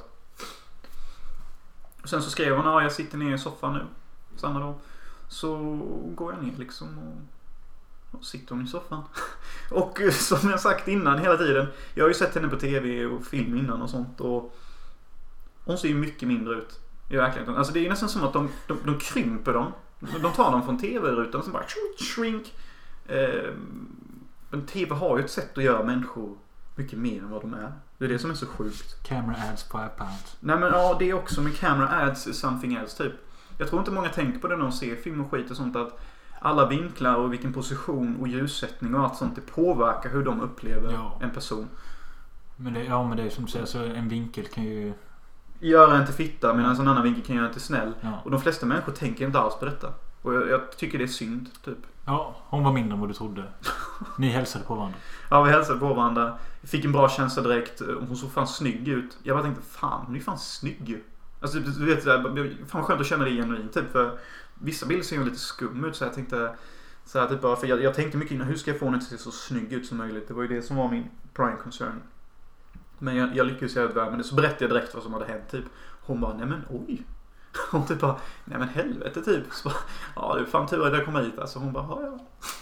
Och sen så skrev hon, ja jag sitter ner i soffan nu. Sanna då. Så går jag ner liksom och, och sitter hon i soffan. Och som jag sagt innan hela tiden, jag har ju sett henne på tv och film innan och sånt och hon ser ju mycket mindre ut. I verkligheten. Alltså det är nästan som att de, de, de krymper dem. De tar dem från tv-rutan och så bara shrink. Eh, men tv har ju ett sätt att göra människor mycket mer än vad de är. Det är det som är så sjukt. Camera ads five pounds. Nej men ja, det är också med camera ads is something else typ. Jag tror inte många tänker på det när de ser film och skit och sånt att alla vinklar och vilken position och ljussättning och allt sånt det påverkar hur de upplever ja. En person. Men det, ja men det är som du säger så en vinkel kan ju göra en till fitta medan en annan vinkel kan göra en till snäll. Ja. Och de flesta människor tänker inte alls på detta. Och jag, jag tycker det är synd typ. Ja, hon var mindre än vad du trodde. Ni hälsade på varandra. Ja, vi hälsade på varandra. Jag fick en bra känsla direkt. Hon såg fan snygg ut. Jag bara tänkte, fan, hon är fan snygg ju. Alltså du vet, fan skönt att känna det genuint typ. För vissa bilder ser ju lite skum ut så jag tänkte så här, typ bara, för jag, jag tänkte mycket innan, hur ska jag få henne att se så snygg ut som möjligt. Det var ju det som var min prime concern. Men jag, jag lyckades göra det, men så berättade jag direkt vad som hade hänt typ. Hon bara, nej men oj. Hon typ bara, nej men helvete typ. Så bara, ja det är fan tur att jag kom hit. Alltså hon bara, ja ja.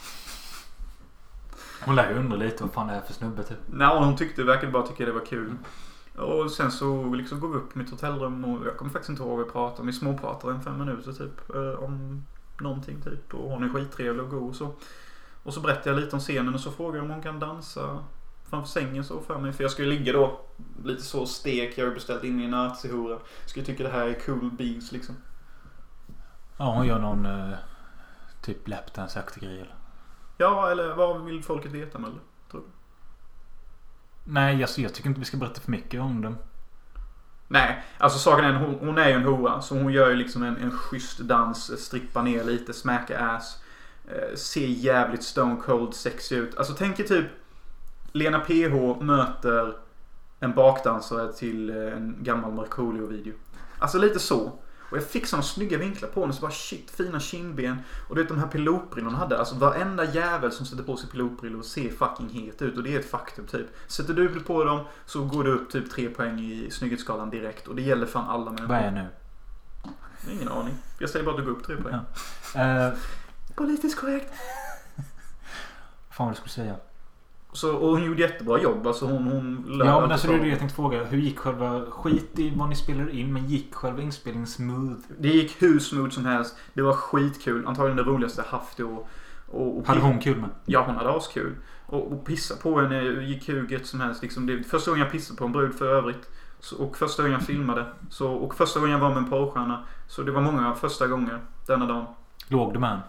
Hon lär ju undra lite vad fan det är för snubbe typ. Nej, hon tyckte, verkade bara tycka det var kul. Och sen så liksom går vi upp i mitt hotellrum och jag kommer faktiskt inte ihåg att prata. Vi småpratar en fem minuter typ om någonting typ. Och hon är skittrevlig och god och så. Och så berättar jag lite om scenen och så frågar jag om hon kan dansa framför sängen så för mig. För jag skulle ligga då lite så stek. Jag har beställt in i en nazihora. Skulle tycka det här är cool beans liksom. Ja, hon gör någon eh, typ lapdance-aktig grej eller? Ja, eller vad vill folket veta med, tror du? Nej, alltså, jag tycker inte vi ska berätta för mycket om dem. Nej, alltså saken är hon, hon är ju en hora. Så hon gör ju liksom en, en schysst dans. Strippar ner lite, smäcker ass. Eh, ser jävligt stone cold sexy ut. Alltså tänk er typ Lena P H möter en bakdansare till en gammal Markoolio-video. Alltså lite så. Och Och jag fick såna snygga vinklar på henne. Så bara shit, fina kindben. Och du vet de här pilotbrillorna hon hade. Alltså varenda jävel som sätter på sig pilotbrillor ser fucking het ut. Och det är ett faktum typ. Sätter du på dem så går du upp typ tre poäng i snygghetsskalan direkt. Och det gäller fan alla människor. Vad är jag nu? Ingen aning. Jag säger bara att du går upp tre poäng. Ja. Uh, Politiskt korrekt. Fan vad du skulle säga. Så, och hon gjorde jättebra jobb. Alltså hon, hon ja men alltså det är det jag tänkte fråga. Hur gick själva skit i vad ni spelade in? Men gick själva inspelningen smooth? Det gick hur smooth som helst. Det var skitkul. Antagligen det roligaste jag haft. Och, och, och hade hon kul med? Ja hon hade askul. Och, och pissa på henne gick hur gött som helst. Liksom, det första gången jag pissade på en brud för övrigt. Så, och första gången jag filmade. Så, och första gången jag var med en porrstjärna. Så det var många första gånger denna dagen. Låg du med en?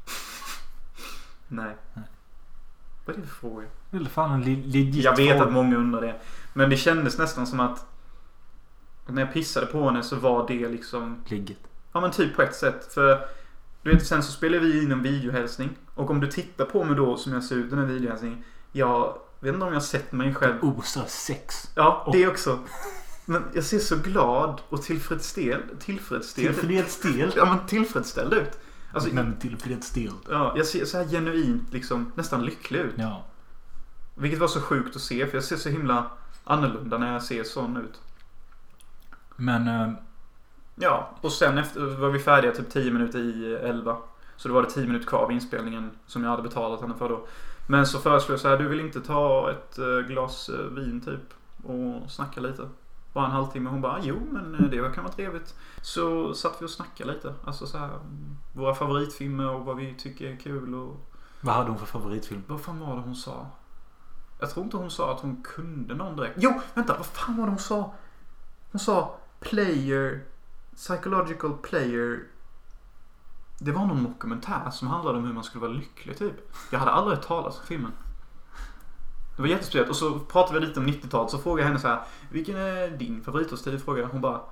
Nej. Nej. Vad är det för fråga? Det är fan en legit Jag vet fråga. att många undrar det. Men det kändes nästan som att när jag pissade på henne så var det liksom ligget. Ja men typ på ett sätt. För du vet sen så spelar vi in en videohälsning. Och om du tittar på mig då som jag ser ut i den här videohälsningen. Jag vet inte om jag har sett mig själv. Osar sex. Ja det också. Men jag ser så glad och tillfredsställd. Tillfredsställd. Tillfredsställd. Ja men tillfredsställd ut. Alltså, men tillfredsställd. Ja, jag ser så här genuint liksom nästan lycklig ut. Ja. Vilket var så sjukt att se. För jag ser så himla annorlunda när jag ser sån ut. Men äh... ja, och sen efter var vi färdiga typ tio minuter i elva. Så då var det tio minuter kvar av inspelningen som jag hade betalat henne för då. Men så föreslog jag så här, du vill inte ta ett glas vin typ och snacka lite? Bara en halvtimme. Hon bara, jo men det kan vara trevligt. Så satt vi och snackade lite. Alltså så här, våra favoritfilmer och vad vi tycker är kul. Och... vad hade hon för favoritfilm? Vad fan var det hon sa? Jag tror inte hon sa att hon kunde någon direkt. Jo, vänta, vad fan var det hon sa? Hon sa player, psychological player. Det var någon dokumentär som handlade om hur man skulle vara lycklig typ. Jag hade aldrig hört talas om filmen. Det var jättespeciellt. Och så pratade vi lite om nittiotalet. Så frågade jag henne så här, vilken är din favoritårstid? Frågade hon bara,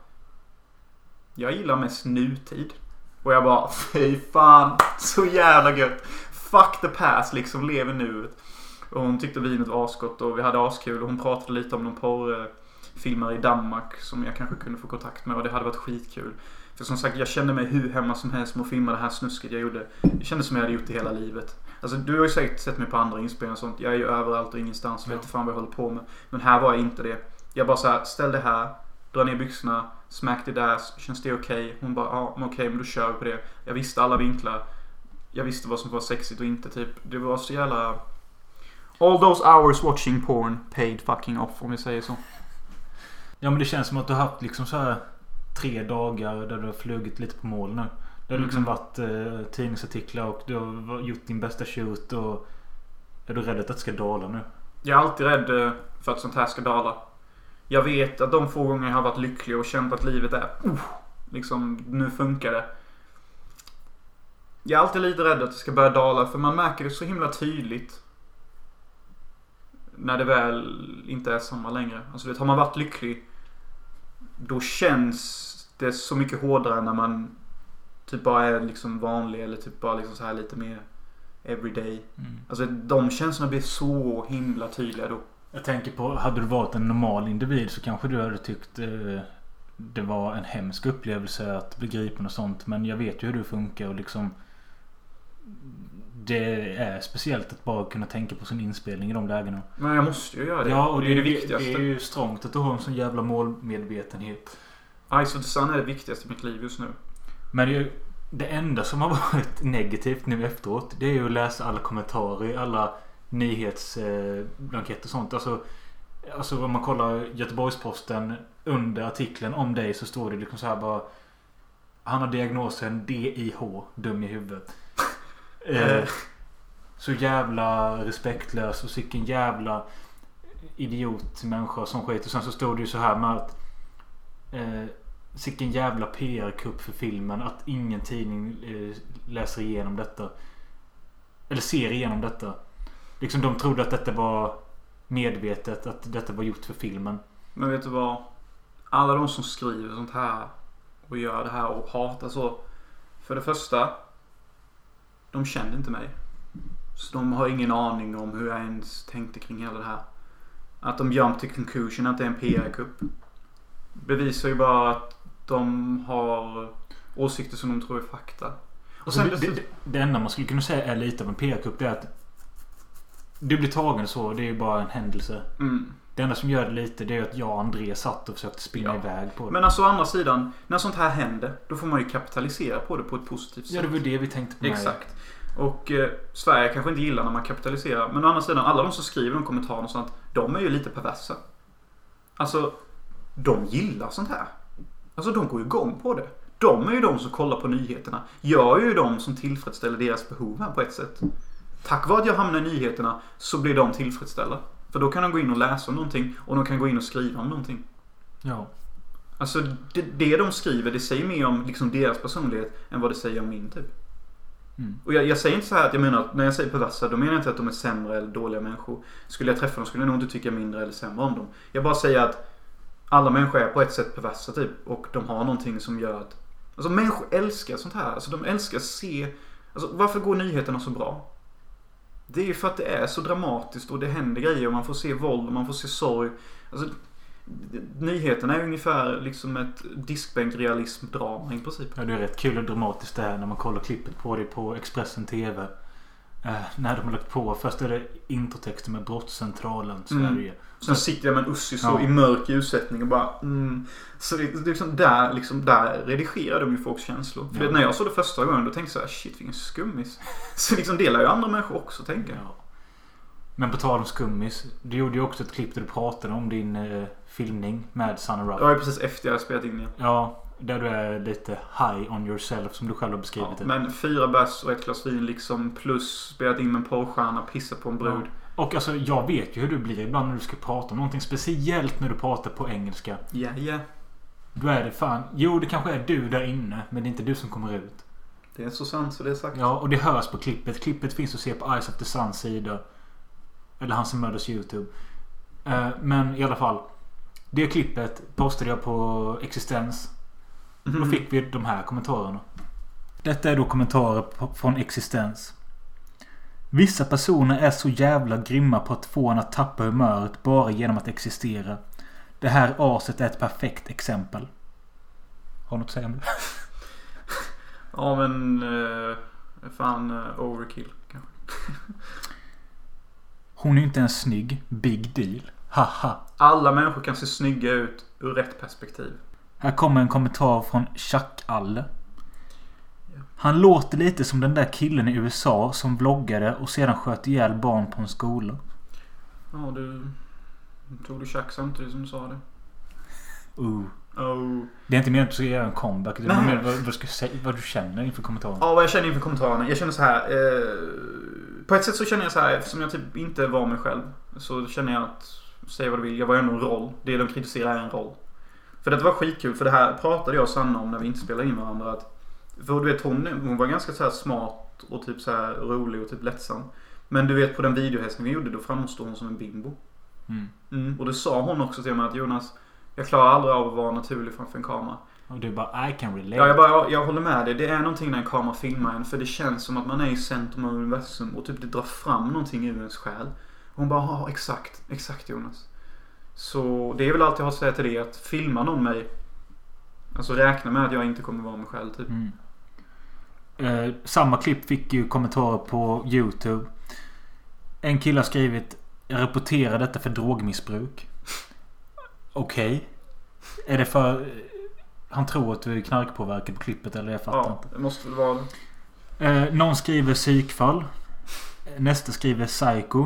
jag gillar mest nutid. Och jag bara, fy fan, så jävla gött. Fuck the past, liksom lever nuet. Och hon tyckte vinet var asgott och vi hade askul. Och hon pratade lite om någon porrfilmer i Danmark som jag kanske kunde få kontakt med. Och det hade varit skitkul. För som sagt, jag kände mig hur hemma som helst med att filma det här snusket jag gjorde. Det kändes som jag hade gjort det hela livet. Alltså du har ju säkert sett mig på andra inspelningar och sånt. Jag är ju överallt och ingenstans. Jag vet inte fan vad jag håller på med. Men här var jag inte det. Jag bara så här, ställ det här. Dra ner byxorna. Smack det där. Känns det okej? Okay? Hon bara, ja okej okay, men då kör vi på det. Jag visste alla vinklar. Jag visste vad som var sexigt och inte typ. Det var så jävla... all those hours watching porn paid fucking off om vi säger så. Ja men det känns som att du har haft liksom så här tre dagar där du har flugit lite på mål nu. Det har liksom mm. varit eh, tidningsartiklar och du har gjort din bästa shoot och är du rädd att det ska dala nu? Jag är alltid rädd för att sånt här ska dala. Jag vet att de få gånger jag har varit lycklig och känt att livet är uh, liksom nu funkar det. Jag är alltid lite rädd att det ska börja dala för man märker det så himla tydligt när det väl inte är samma längre. Alltså vet, har man varit lycklig då känns det så mycket hårdare när man typ bara är liksom vanlig eller typ bara liksom så här lite mer everyday. Mm. Alltså de känslorna blir så himla tydliga då. Jag tänker på, hade du varit en normal individ så kanske du hade tyckt eh, det var en hemsk upplevelse att bli gripen och sånt. Men jag vet ju hur du funkar och liksom det är speciellt att bara kunna tänka på sin inspelning i de lägena. Men jag måste ju göra det. Ja, och det, det är det det viktigaste. Det är ju strångt att du har en sån jävla målmedvetenhet. Ice of the Sun är det viktigaste i mitt liv just nu. Men det, är ju, det enda som har varit negativt nu efteråt, det är ju att läsa alla kommentarer, alla nyhetsblanketter och sånt. Alltså, alltså om man kollar Göteborgsposten under artikeln om dig så står det liksom så här bara, han har diagnosen D I H, dum i huvudet. eh, så jävla respektlös och sicken jävla idiot människa som skit. Och sen så står det ju så här med att eh, sicken jävla P R-kupp för filmen, att ingen tidning eh, läser igenom detta eller ser igenom detta. Liksom de trodde att detta var medvetet, att detta var gjort för filmen. Men vet du vad? Alla de som skriver sånt här och gör det här och hatar så, för det första, de kände inte mig. Så de har ingen aning om hur jag ens tänkte kring hela det här. Att de jump till conclusion att det är en P R-kupp bevisar ju bara att de har åsikter som de tror är fakta. Och sen, det, det, det enda man skulle kunna säga är lite av en P R-kupp, det är att du blir tagen så, det är ju bara en händelse. Mm. Det enda som gör det lite, det är att jag och André satt och försökte spinna ja. iväg på det. Men alltså å andra sidan, när sånt här händer, då får man ju kapitalisera på det på ett positivt sätt. Ja, det var det vi tänkte på. Exakt. Och eh, Sverige kanske inte gillar när man kapitaliserar. Men å andra sidan, alla de som skriver de kommentarerna och sånt, de är ju lite perversa. Alltså, de gillar sånt här. Alltså, de går ju igång på det. De är ju de som kollar på nyheterna. Jag är ju de som tillfredsställer deras behov här på ett sätt. Tack vare att jag hamnar i nyheterna så blir de tillfredsställda. För då kan de gå in och läsa om någonting. Och de kan gå in och skriva om någonting. Ja. Alltså det, det de skriver, det säger mer om liksom deras personlighet än vad det säger om min typ. Mm. Och jag, jag säger inte så här att jag menar att när jag säger perversa, då menar jag inte att de är sämre eller dåliga människor. Skulle jag träffa dem skulle jag nog inte tycka mindre eller sämre om dem. Jag bara säger att alla människor är på ett sätt perversa typ. Och de har någonting som gör att... Alltså människor älskar sånt här. Alltså de älskar att se... Alltså varför går nyheterna så bra? Det är ju för att det är så dramatiskt och det händer grejer och man får se våld och man får se sorg. Alltså, nyheterna är ungefär liksom ett diskbänkrealism-drama i princip. Ja, det är rätt kul och dramatiskt det här när man kollar klippet på det på Expressen T V. Eh, när de har lagt på, först är det introtexter med Brottscentralen Sverige. Mm. Sen sitter jag med en ussi så ja. i mörk ljussättning och bara mm. Så det, det är liksom där, liksom där redigerar de ju folks känslor. För ja. det, när jag såg det första gången då tänkte jag så här, shit vilken skummis. Så liksom delar ju andra människor också tänker jag. Ja. Men på tal om skummis, du gjorde ju också ett klipp där du pratade om din eh, filmning med Sunny Ruff. Ja, precis efter jag hade spelat in. Ja. ja, där du är lite high on yourself som du själv har beskrivit ja, det. Men fyra bärs och ett glas vin liksom plus spelat in med en porrstjärna, pissa på en brud. Ja. Och alltså, jag vet ju hur du blir ibland när du ska prata om någonting. Speciellt när du pratar på engelska. Ja, yeah, ja. Yeah. Då är det fan... Jo, det kanske är du där inne. Men det är inte du som kommer ut. Det är så sant så det är sagt. Ja, och det hörs på klippet. Klippet finns att se på Eyes of the Sun sida. Eller Hans Mörders YouTube. Uh, men i alla fall. Det klippet postade jag på Existens. Mm-hmm. Då fick vi de här kommentarerna. Detta är då kommentarer på, från Existens. Vissa personer är så jävla grymma på att få en att tappa humöret bara genom att existera. Det här aset är ett perfekt exempel. Har du något att säga om det? Ja men uh, fan uh, overkill kanske. Hon är inte ens snygg. Big deal. Haha. Alla människor kan se snygga ut ur rätt perspektiv. Här kommer en kommentar från Chuck Alle. Han låter lite som den där killen i U S A som vloggade och sedan sköt ihjäl barn på en skola. Ja, du tog du Chuck samtidigt som du sa det. Uh. Oh. Det är inte mer att du ska göra en comeback. Det är mer vad, vad, du ska säga, vad du känner inför kommentarerna. Ja, vad jag känner inför kommentarerna. Jag känner så här. Eh, på ett sätt så känner jag så här. Eftersom jag typ inte var mig själv. Så känner jag att, säg vad du vill, jag var ändå en roll. Det de kritiserar är en roll. För det var skitkul. För det här pratade jag och Sanna om när vi inte spelade in varandra. Att, för du vet, hon, hon var ganska så här smart och typ så här rolig och typ lättsam. Men du vet, på den videohästen vi gjorde, då framstod hon som en bimbo. Mm. Mm, och det sa hon också till mig att Jonas, jag klarar aldrig av att vara naturlig framför en kamera. Och du bara, I can relate. Ja, jag, bara, jag, jag håller med dig. Det är någonting när en kamera filmar en. För det känns som att man är i centrum av universum. Och typ det drar fram någonting ur ens själ. Och hon bara, ja exakt, exakt Jonas. Så det är väl allt jag har att säga till det. Att filma någon mig. Alltså räkna med att jag inte kommer vara mig själv typ. Mm. Eh, samma klipp fick ju kommentarer på YouTube. En kille har skrivit, jag rapporterar detta för drogmissbruk. Okej. Okay. Är det för... Han tror att du är knarkpåverkad på klippet, eller jag fattar ja, inte. Det måste väl vara det. Eh, någon skriver psykfall. Nästa skriver psycho.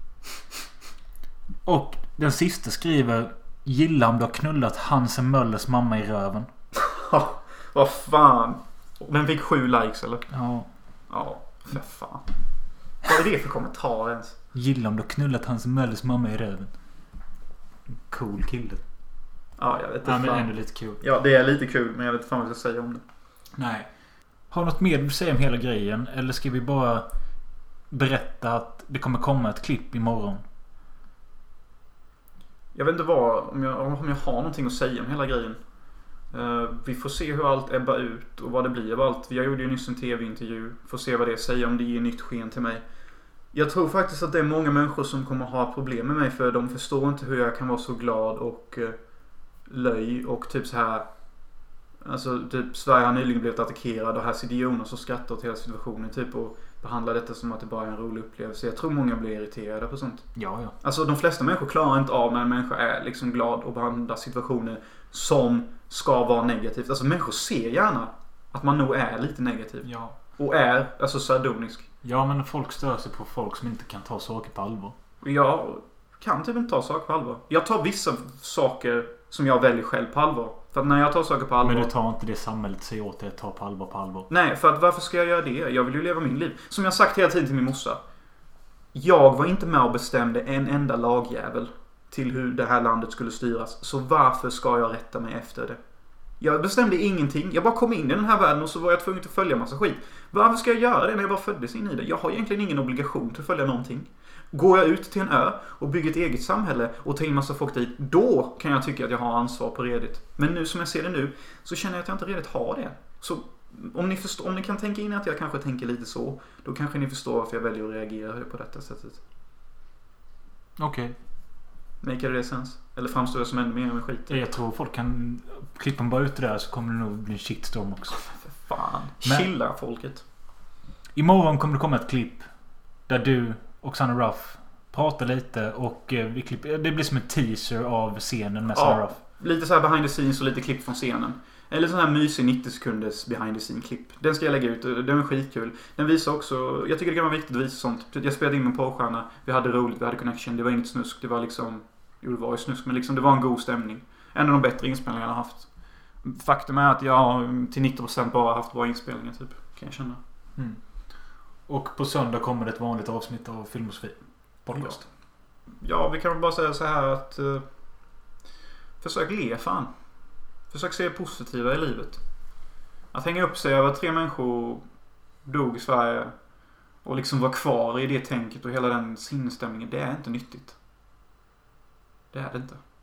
Och den sista skriver, gilla om du har knullat Hansen Möllers mamma i röven. Vad fan. Den fick sju likes eller? Ja. Ja, för fan. Vad är det för kommentar ens? Gilla om du har knullat Hansen Möllers mamma i röven. Cool kille. Ja, jag vet inte. Ja, men ändå lite kul. Ja, det är lite kul, men jag vet inte fan vad jag ska säga om det. Nej. Har något mer du säga om hela grejen? Eller ska vi bara berätta att det kommer komma ett klipp imorgon? Jag vet inte vad, om jag, om jag har någonting att säga om hela grejen. Uh, vi får se hur allt ebbar ut och vad det blir av allt. Jag gjorde ju nyss en tv-intervju. Får se vad det säger, om det ger nytt sken till mig. Jag tror faktiskt att det är många människor som kommer ha problem med mig. För de förstår inte hur jag kan vara så glad och uh, löj och typ så här Alltså typ Sverige har nyligen blivit attackerad och här sitter Jonas och skrattar åt hela situationen typ och behandlar detta som att det bara är en rolig upplevelse. Jag tror många blir irriterade på sånt. Ja, ja. Alltså de flesta människor klarar inte av när en människa är liksom glad och behandlar situationer som ska vara negativt. Alltså människor ser gärna att man nog är lite negativ. Ja. Och är alltså sardonisk. Ja, men folk stör sig på folk som inte kan ta saker på allvar. Jag kan typ inte ta saker på allvar. Jag tar vissa saker som jag väljer själv på allvar. För att när jag tar saker på allvar... Men du tar inte det samhället säger åt dig att ta på allvar på allvar. Nej, för att varför ska jag göra det? Jag vill ju leva min liv. Som jag sagt hela tiden till min morsa. Jag var inte med och bestämde en enda lagjävel till hur det här landet skulle styras. Så varför ska jag rätta mig efter det? Jag bestämde ingenting. Jag bara kom in i den här världen och så var jag tvungen att följa massa skit. Varför ska jag göra det när jag bara föddes in i det? Jag har egentligen ingen obligation till att följa någonting. Går jag ut till en ö och bygger ett eget samhälle och tar in massa folk dit, då kan jag tycka att jag har ansvar på redigt. Men nu som jag ser det nu så känner jag att jag inte redigt har det. Så om ni, förstår, om ni kan tänka in att jag kanske tänker lite så, då kanske ni förstår varför jag väljer att reagera på detta sättet. Okej. Okay. Make det sense? Eller framstår jag som ännu mer med skit? Jag tror folk kan klippa bara ut det där så kommer det nog bli en shitstorm också. För fan. Men, chilla folket. Imorgon kommer det komma ett klipp där du och Sanna Ruff pratar lite och vi klipper, det blir som en teaser av scenen med Sanna ja, Ruff. Lite så här behind the scenes och lite klipp från scenen. Eller sån här mysig nittio sekunders behind the scene klipp. Den ska jag lägga ut. Den är skitkul. Den visar också, jag tycker det kan vara viktigt att visa sånt. Jag spelade in med porrstjärna. Vi hade roligt, vi hade connection. Det var inget snusk. Det var liksom, jo det var ju snusk, men liksom det var en god stämning. En av de bättre inspelningarna jag har haft. Faktum är att jag till nittio procent bara haft bra inspelningar typ. Kan jag känna. Mm. Och på söndag kommer det ett vanligt avsnitt av Filmosofi podcast. Ja. ja, vi kan väl bara säga så här att uh, försök le fan. Försök se positiva i livet. Att hänga upp sig över att tre människor dog i Sverige och liksom vara kvar i det tänket och hela den sinnesstämningen, det är inte nyttigt. Det är det inte.